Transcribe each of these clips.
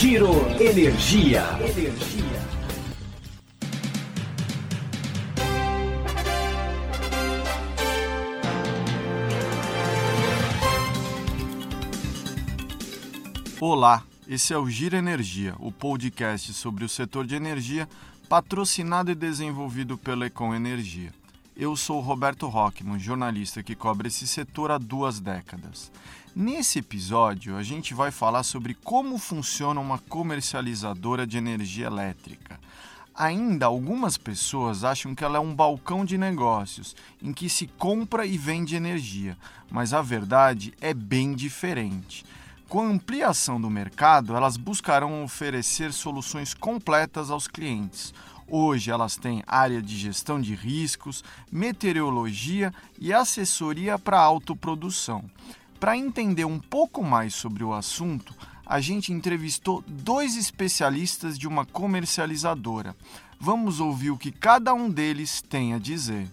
Giro Energia. Olá, esse é o Giro Energia, o podcast sobre o setor de energia, patrocinado e desenvolvido pela Econ Energia. Eu sou Roberto Rockman, jornalista que cobre esse setor há 2 décadas. Nesse episódio, a gente vai falar sobre como funciona uma comercializadora de energia elétrica. Ainda algumas pessoas acham que ela é um balcão de negócios, em que se compra e vende energia, mas a verdade é bem diferente. Com a ampliação do mercado, elas buscarão oferecer soluções completas aos clientes. Hoje elas têm área de gestão de riscos, meteorologia e assessoria para autoprodução. Para entender um pouco mais sobre o assunto, a gente entrevistou 2 especialistas de uma comercializadora. Vamos ouvir o que cada um deles tem a dizer.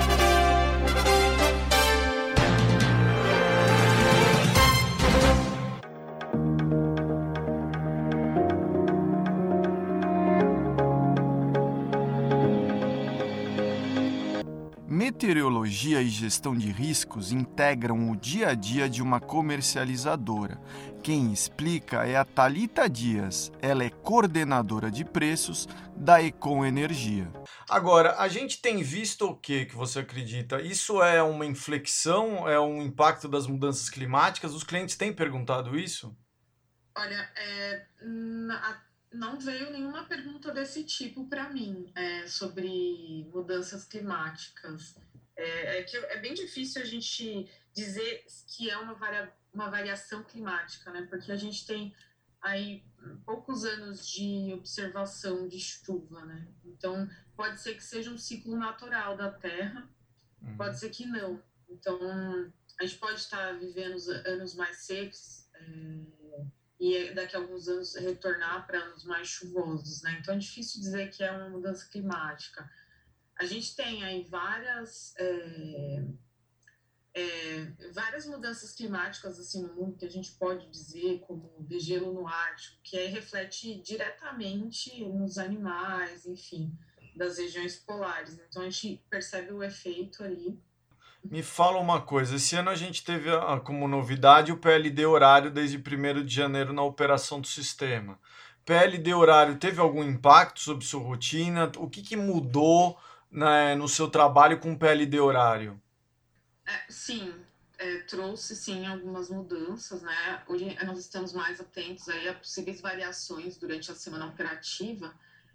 Meteorologia e gestão de riscos integram o dia a dia de uma comercializadora. Quem explica é a Thalita Dias. Ela é coordenadora de preços da Econ Energia. Agora, a gente tem visto o que você acredita? Isso é uma inflexão? É um impacto das mudanças climáticas? Os clientes têm perguntado isso? Olha, não veio nenhuma pergunta desse tipo para mim, sobre mudanças climáticas. É bem difícil a gente dizer que é uma variação climática, né? Porque a gente tem aí poucos anos de observação de chuva, né? Então, pode ser que seja um ciclo natural da Terra, pode ser que não. Então, a gente pode estar vivendo anos mais secos, e daqui a alguns anos retornar para anos mais chuvosos, né? Então é difícil dizer que é uma mudança climática. A gente tem aí várias mudanças climáticas assim no mundo que a gente pode dizer, como o degelo no Ártico, que aí reflete diretamente nos animais, enfim, das regiões polares. Então a gente percebe o efeito ali. Me fala uma coisa, esse ano a gente teve como novidade o PLD horário desde 1º de janeiro na operação do sistema. PLD horário teve algum impacto sobre sua rotina? O que mudou, né, no seu trabalho com o PLD horário? Sim, trouxe sim algumas mudanças, né? Hoje nós estamos mais atentos aí a possíveis variações durante a semana operativa,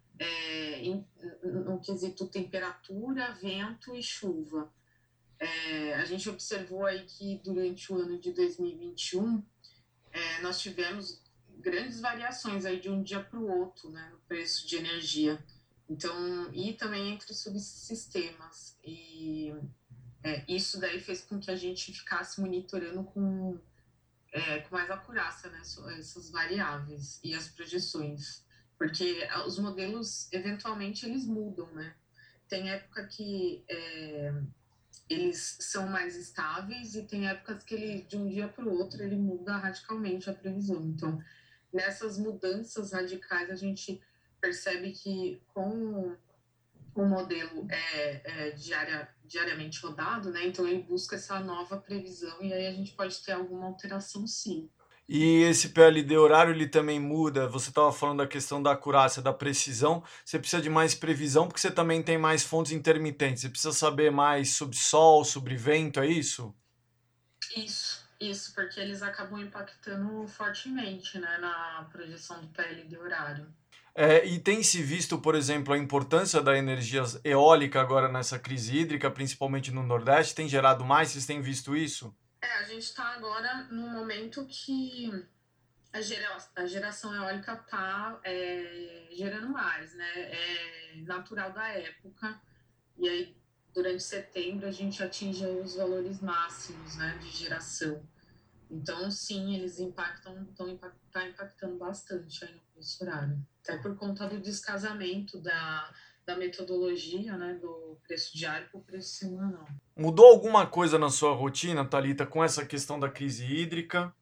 no quesito temperatura, vento e chuva. A gente observou aí que durante o ano de 2021 nós tivemos grandes variações aí de um dia para o outro, né, no preço de energia. Então, e também entre subsistemas. E isso daí fez com que a gente ficasse monitorando com mais acurácia, né, essas variáveis e as projeções. Porque os modelos, eventualmente, eles mudam, né? Tem época que eles são mais estáveis e tem épocas que ele, de um dia para o outro, ele muda radicalmente a previsão. Então, nessas mudanças radicais, a gente percebe que com o modelo diariamente rodado, né? Então ele busca essa nova previsão e aí a gente pode ter alguma alteração, sim. E esse PLD horário ele também muda. Você estava falando da questão da acurácia, da precisão. Você precisa de mais previsão porque você também tem mais fontes intermitentes. Você precisa saber mais sobre sol, sobre vento, é isso? Isso, porque eles acabam impactando fortemente, né, na projeção do PLD horário. E tem se visto, por exemplo, a importância da energia eólica agora nessa crise hídrica, principalmente no Nordeste, tem gerado mais? Vocês têm visto isso? A gente está agora num momento que a geração eólica está gerando mais, né? É natural da época. E aí, durante setembro, a gente atinge aí os valores máximos, né, de geração. Então, sim, eles tá impactando bastante aí no preço horário. Até por conta do descasamento da metodologia, né, do preço diário para o preço semanal. Mudou alguma coisa na sua rotina, Thalita, com essa questão da crise hídrica?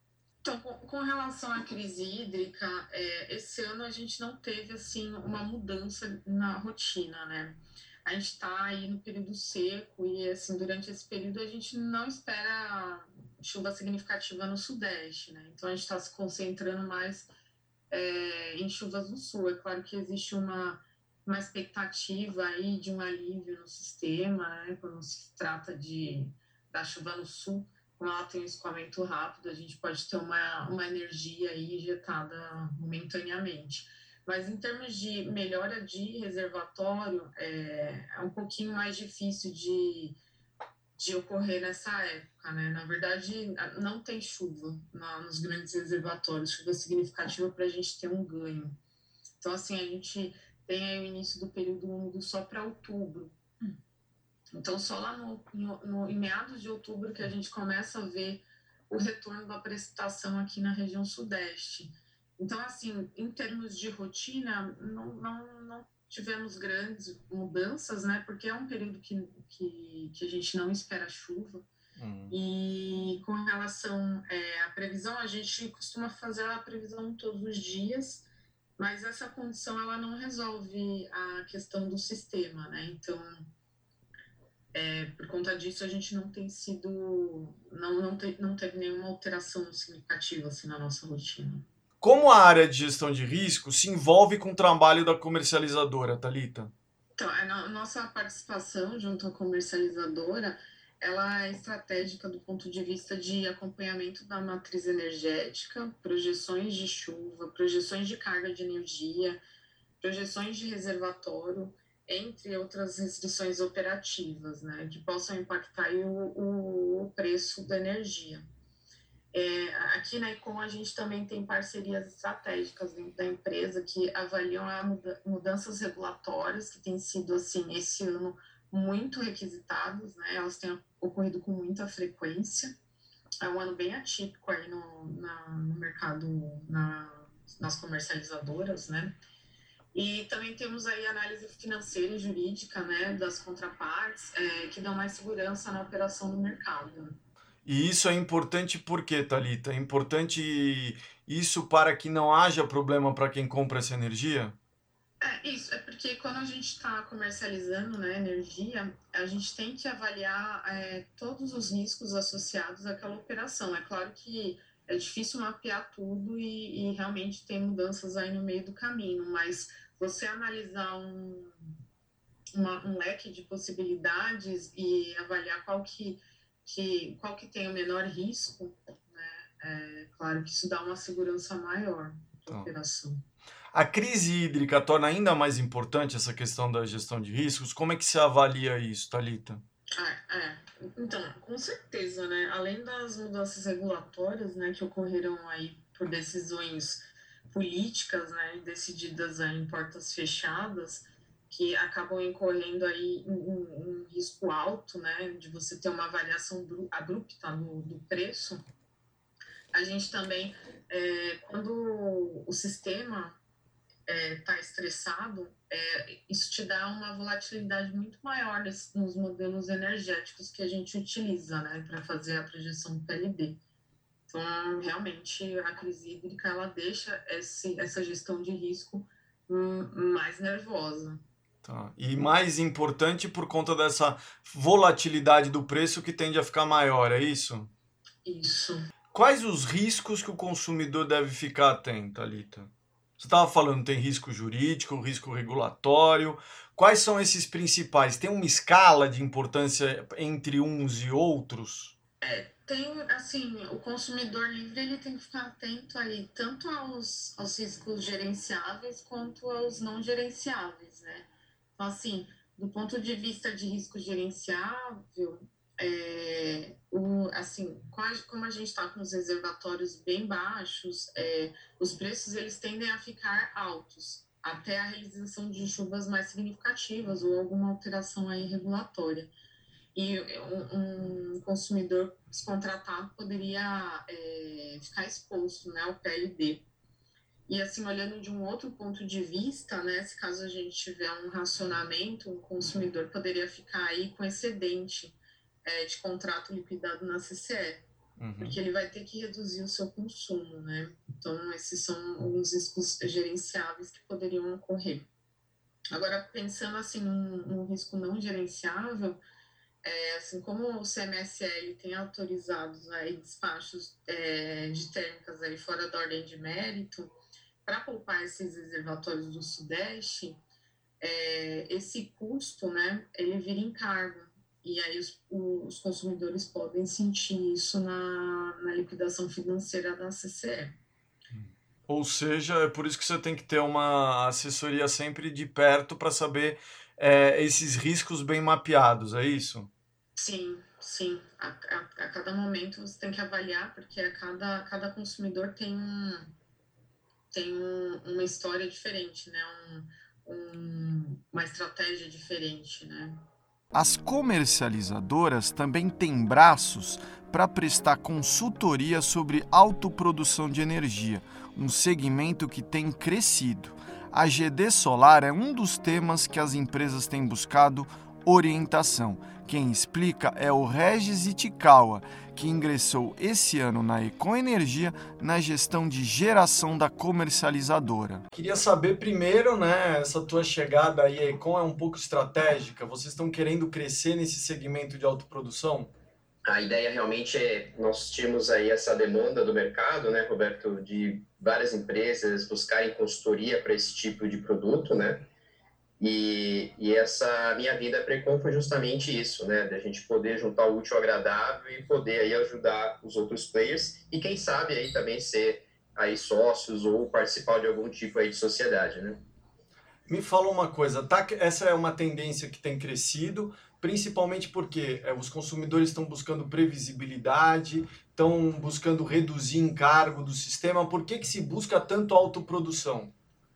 Então, com relação à crise hídrica, esse ano a gente não teve assim uma mudança na rotina, né? A gente está aí no período seco e assim durante esse período a gente não espera chuva significativa no Sudeste, né? Então a gente está se concentrando mais em chuvas no Sul. É claro que existe uma expectativa aí de um alívio no sistema, né? Quando se trata da chuva no Sul, como ela tem um escoamento rápido, a gente pode ter uma energia aí injetada momentaneamente. Mas em termos de melhora de reservatório, é um pouquinho mais difícil de ocorrer nessa época, né? Na verdade, não tem chuva nos grandes reservatórios, chuva significativa para a gente ter um ganho. Então, assim, a gente tem aí o início do período úmido só para outubro. Então, só lá em meados de outubro que a gente começa a ver o retorno da precipitação aqui na região sudeste. Então, assim, em termos de rotina, não tivemos grandes mudanças, né? Porque é um período que a gente não espera chuva. E com relação à previsão, a gente costuma fazer a previsão todos os dias, mas essa condição ela não resolve a questão do sistema, né? Então, por conta disso, a gente não tem sido, não teve nenhuma alteração significativa assim, na nossa rotina. Como a área de gestão de risco se envolve com o trabalho da comercializadora, Thalita? Então, a nossa participação junto à comercializadora, ela é estratégica do ponto de vista de acompanhamento da matriz energética, projeções de chuva, projeções de carga de energia, projeções de reservatório, entre outras restrições operativas, né, que possam impactar o preço da energia. Aqui na Econ a gente também tem parcerias estratégicas dentro da empresa que avaliam mudanças regulatórias que têm sido, assim, esse ano muito requisitadas, né? Elas têm ocorrido com muita frequência. É um ano bem atípico aí no mercado, nas comercializadoras, né? E também temos aí análise financeira e jurídica, né, das contrapartes, que dão mais segurança na operação do mercado. E isso é importante por quê, Thalita? É importante isso para que não haja problema para quem compra essa energia? Isso, é porque quando a gente está comercializando, né, energia, a gente tem que avaliar todos os riscos associados àquela operação. É claro que é difícil mapear tudo e realmente tem mudanças aí no meio do caminho, mas você analisar um leque de possibilidades e avaliar qual que tem o menor risco, né, claro que isso dá uma segurança maior para a operação. A crise hídrica torna ainda mais importante essa questão da gestão de riscos. Como é que se avalia isso, Thalita? Então, com certeza, né? Além das mudanças regulatórias, né, que ocorreram aí por decisões políticas, né, decididas aí em portas fechadas, que acabam incorrendo aí um risco alto, né, de você ter uma variação abrupta do preço. A gente também, quando o sistema está estressado, isso te dá uma volatilidade muito maior nos modelos energéticos que a gente utiliza, né, para fazer a projeção do PLD. Então, realmente, a crise hídrica ela deixa essa gestão de risco mais nervosa. Tá. E mais importante por conta dessa volatilidade do preço que tende a ficar maior, é isso? Isso. Quais os riscos que o consumidor deve ficar atento, Thalita? Você estava falando, tem risco jurídico, risco regulatório. Quais são esses principais? Tem uma escala de importância entre uns e outros? Tem, assim, o consumidor livre ele tem que ficar atento aí tanto aos riscos gerenciáveis quanto aos não gerenciáveis, né? Então, assim, do ponto de vista de risco gerenciável, assim, como a gente está com os reservatórios bem baixos, os preços eles tendem a ficar altos até a realização de chuvas mais significativas ou alguma alteração aí regulatória. E um consumidor descontratado poderia ficar exposto, né, ao PLD. E assim, olhando de um outro ponto de vista, né, se caso a gente tiver um racionamento, o consumidor poderia ficar aí com excedente de contrato liquidado na CCE. porque ele vai ter que reduzir o seu consumo, né? Então, esses são alguns riscos gerenciáveis que poderiam ocorrer. Agora, pensando assim num risco não gerenciável, assim como o CMSL tem autorizado aí despachos de térmicas aí fora da ordem de mérito, para poupar esses reservatórios do Sudeste, esse custo, né, ele vira encargo. E aí os consumidores podem sentir isso na liquidação financeira da CCE. Ou seja, é por isso que você tem que ter uma assessoria sempre de perto para saber esses riscos bem mapeados, é isso? Sim, sim. A cada momento você tem que avaliar, porque cada consumidor tem uma história diferente, né? Uma estratégia diferente, né? As comercializadoras também têm braços para prestar consultoria sobre autoprodução de energia, um segmento que tem crescido. A GD Solar é um dos temas que as empresas têm buscado orientação. Quem explica é o Regis Itikawa, que ingressou esse ano na Econ Energia na gestão de geração da comercializadora. Queria saber primeiro, né, essa tua chegada aí à Econ é um pouco estratégica. Vocês estão querendo crescer nesse segmento de autoprodução? A ideia realmente nós tínhamos aí essa demanda do mercado, né, Roberto, de várias empresas buscarem consultoria para esse tipo de produto, né? E essa minha vinda à Precon foi justamente isso, né? Da gente poder juntar o útil ao agradável e poder aí ajudar os outros players e quem sabe aí também ser aí sócios ou participar de algum tipo aí de sociedade, né? Me fala uma coisa, tá? Essa é uma tendência que tem crescido, principalmente porque os consumidores estão buscando previsibilidade, estão buscando reduzir encargo do sistema. Por que se busca tanto autoprodução?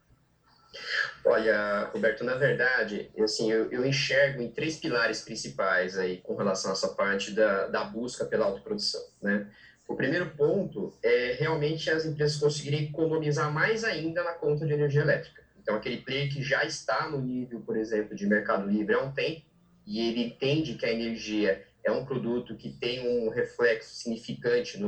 Olha, Roberto, na verdade, assim, eu enxergo em 3 pilares principais aí com relação a essa parte da busca pela autoprodução, né? O primeiro ponto é realmente as empresas conseguirem economizar mais ainda na conta de energia elétrica. Então, aquele player que já está no nível, por exemplo, de Mercado Livre há um tempo, e ele entende que a energia é um produto que tem um reflexo significante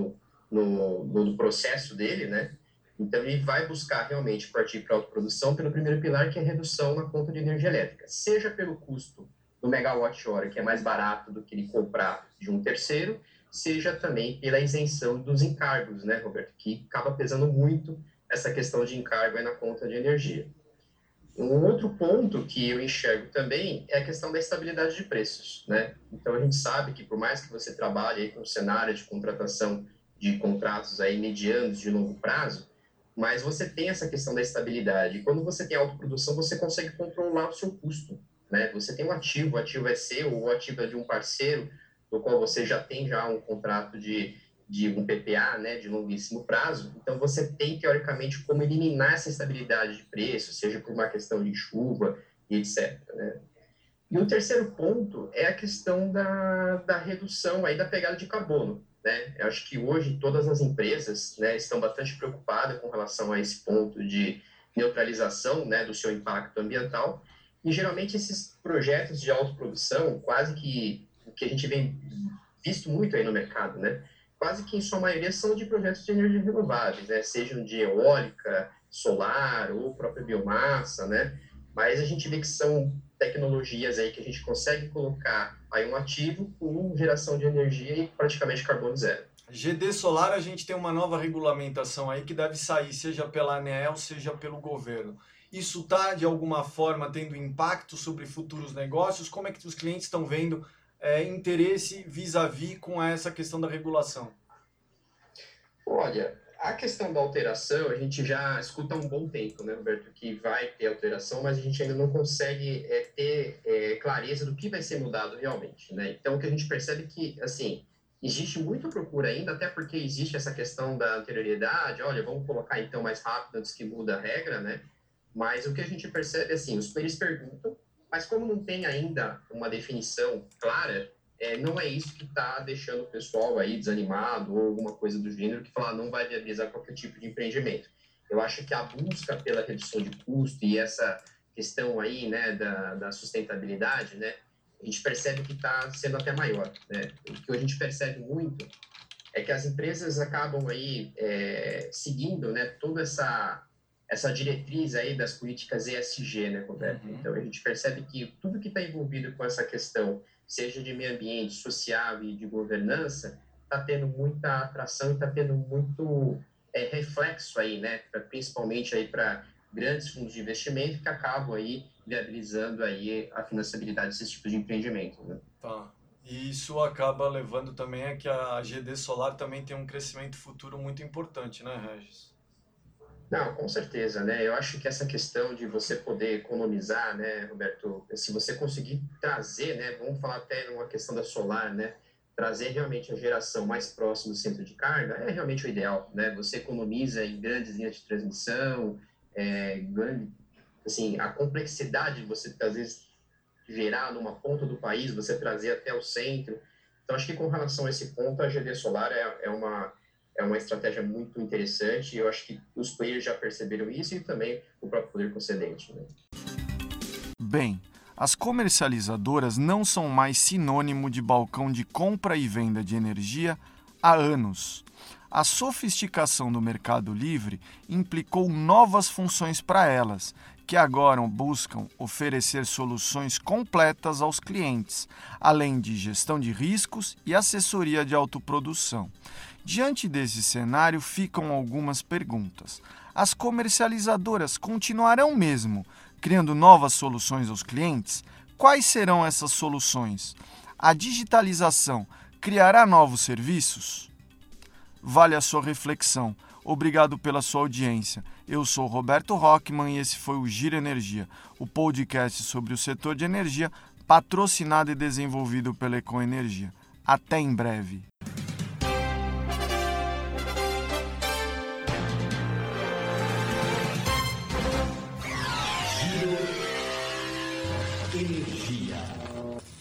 no processo dele, né? Então, ele vai buscar realmente partir para a autoprodução pelo primeiro pilar, que é a redução na conta de energia elétrica, seja pelo custo do megawatt-hora, que é mais barato do que ele comprar de um terceiro, seja também pela isenção dos encargos, né, Roberto, que acaba pesando muito essa questão de encargo aí na conta de energia. Um outro ponto que eu enxergo também é a questão da estabilidade de preços, né? Então, a gente sabe que por mais que você trabalhe aí com um cenário de contratação de contratos aí medianos de longo prazo, mas você tem essa questão da estabilidade. E quando você tem autoprodução, você consegue controlar o seu custo, né? Você tem um ativo, o ativo é seu, ou o ativo é de um parceiro, do qual você já tem um contrato de um PPA, né, de longuíssimo prazo. Então, você tem, teoricamente, como eliminar essa estabilidade de preço, seja por uma questão de chuva e etc., né? E o terceiro ponto é a questão da redução aí da pegada de carbono, né? Eu acho que hoje todas as empresas, né, estão bastante preocupadas com relação a esse ponto de neutralização, né, do seu impacto ambiental. E geralmente esses projetos de autoprodução, quase que o que a gente vem visto muito aí no mercado, né, quase que em sua maioria são de projetos de energia renováveis, né, sejam de eólica, solar ou própria biomassa, né? Mas a gente vê que são tecnologias aí que a gente consegue colocar aí um ativo com geração de energia e praticamente carbono zero. GD Solar, a gente tem uma nova regulamentação aí que deve sair, seja pela ANEEL, seja pelo governo. Isso está, de alguma forma, tendo impacto sobre futuros negócios? Como é que os clientes estão vendo interesse vis-à-vis com essa questão da regulação? Olha, a questão da alteração, a gente já escuta há um bom tempo, né, Roberto, que vai ter alteração, mas a gente ainda não consegue ter clareza do que vai ser mudado realmente, né? Então, o que a gente percebe é que, assim, existe muita procura ainda, até porque existe essa questão da anterioridade, olha, vamos colocar então mais rápido antes que muda a regra, né? Mas o que a gente percebe, assim, os players perguntam, mas como não tem ainda uma definição clara, não é isso que está deixando o pessoal aí desanimado ou alguma coisa do gênero que fala não vai viabilizar qualquer tipo de empreendimento. Eu acho que a busca pela redução de custo e essa questão aí, né, da sustentabilidade, né, a gente percebe que está sendo até maior, né? O que a gente percebe muito é que as empresas acabam aí seguindo, né, toda essa diretriz aí das políticas ESG, né, Roberto? Então, a gente percebe que tudo que está envolvido com essa questão, seja de meio ambiente, social e de governança, está tendo muita atração e está tendo muito reflexo aí, né, principalmente aí para grandes fundos de investimento que acabam aí viabilizando aí a financiabilidade desses tipos de empreendimento, né? Tá. E isso acaba levando também a que a GD Solar também tem um crescimento futuro muito importante, né, Regis? Não, com certeza, né? Eu acho que essa questão de você poder economizar, né, Roberto, se você conseguir trazer, né, vamos falar até numa questão da solar, né, trazer realmente a geração mais próxima do centro de carga é realmente o ideal, né? Você economiza em grandes linhas de transmissão, assim, a complexidade de você, às vezes, gerar numa ponta do país, você trazer até o centro. Então, acho que com relação a esse ponto, a GD Solar é uma estratégia muito interessante e eu acho que os players já perceberam isso e também o próprio poder concedente, né? Bem, as comercializadoras não são mais sinônimo de balcão de compra e venda de energia há anos. A sofisticação do mercado livre implicou novas funções para elas, que agora buscam oferecer soluções completas aos clientes, além de gestão de riscos e assessoria de autoprodução. Diante desse cenário, ficam algumas perguntas. As comercializadoras continuarão mesmo criando novas soluções aos clientes? Quais serão essas soluções? A digitalização criará novos serviços? Vale a sua reflexão. Obrigado pela sua audiência. Eu sou Roberto Rockman e esse foi o Giro Energia, o podcast sobre o setor de energia, patrocinado e desenvolvido pela Econ Energia. Até em breve. Energia.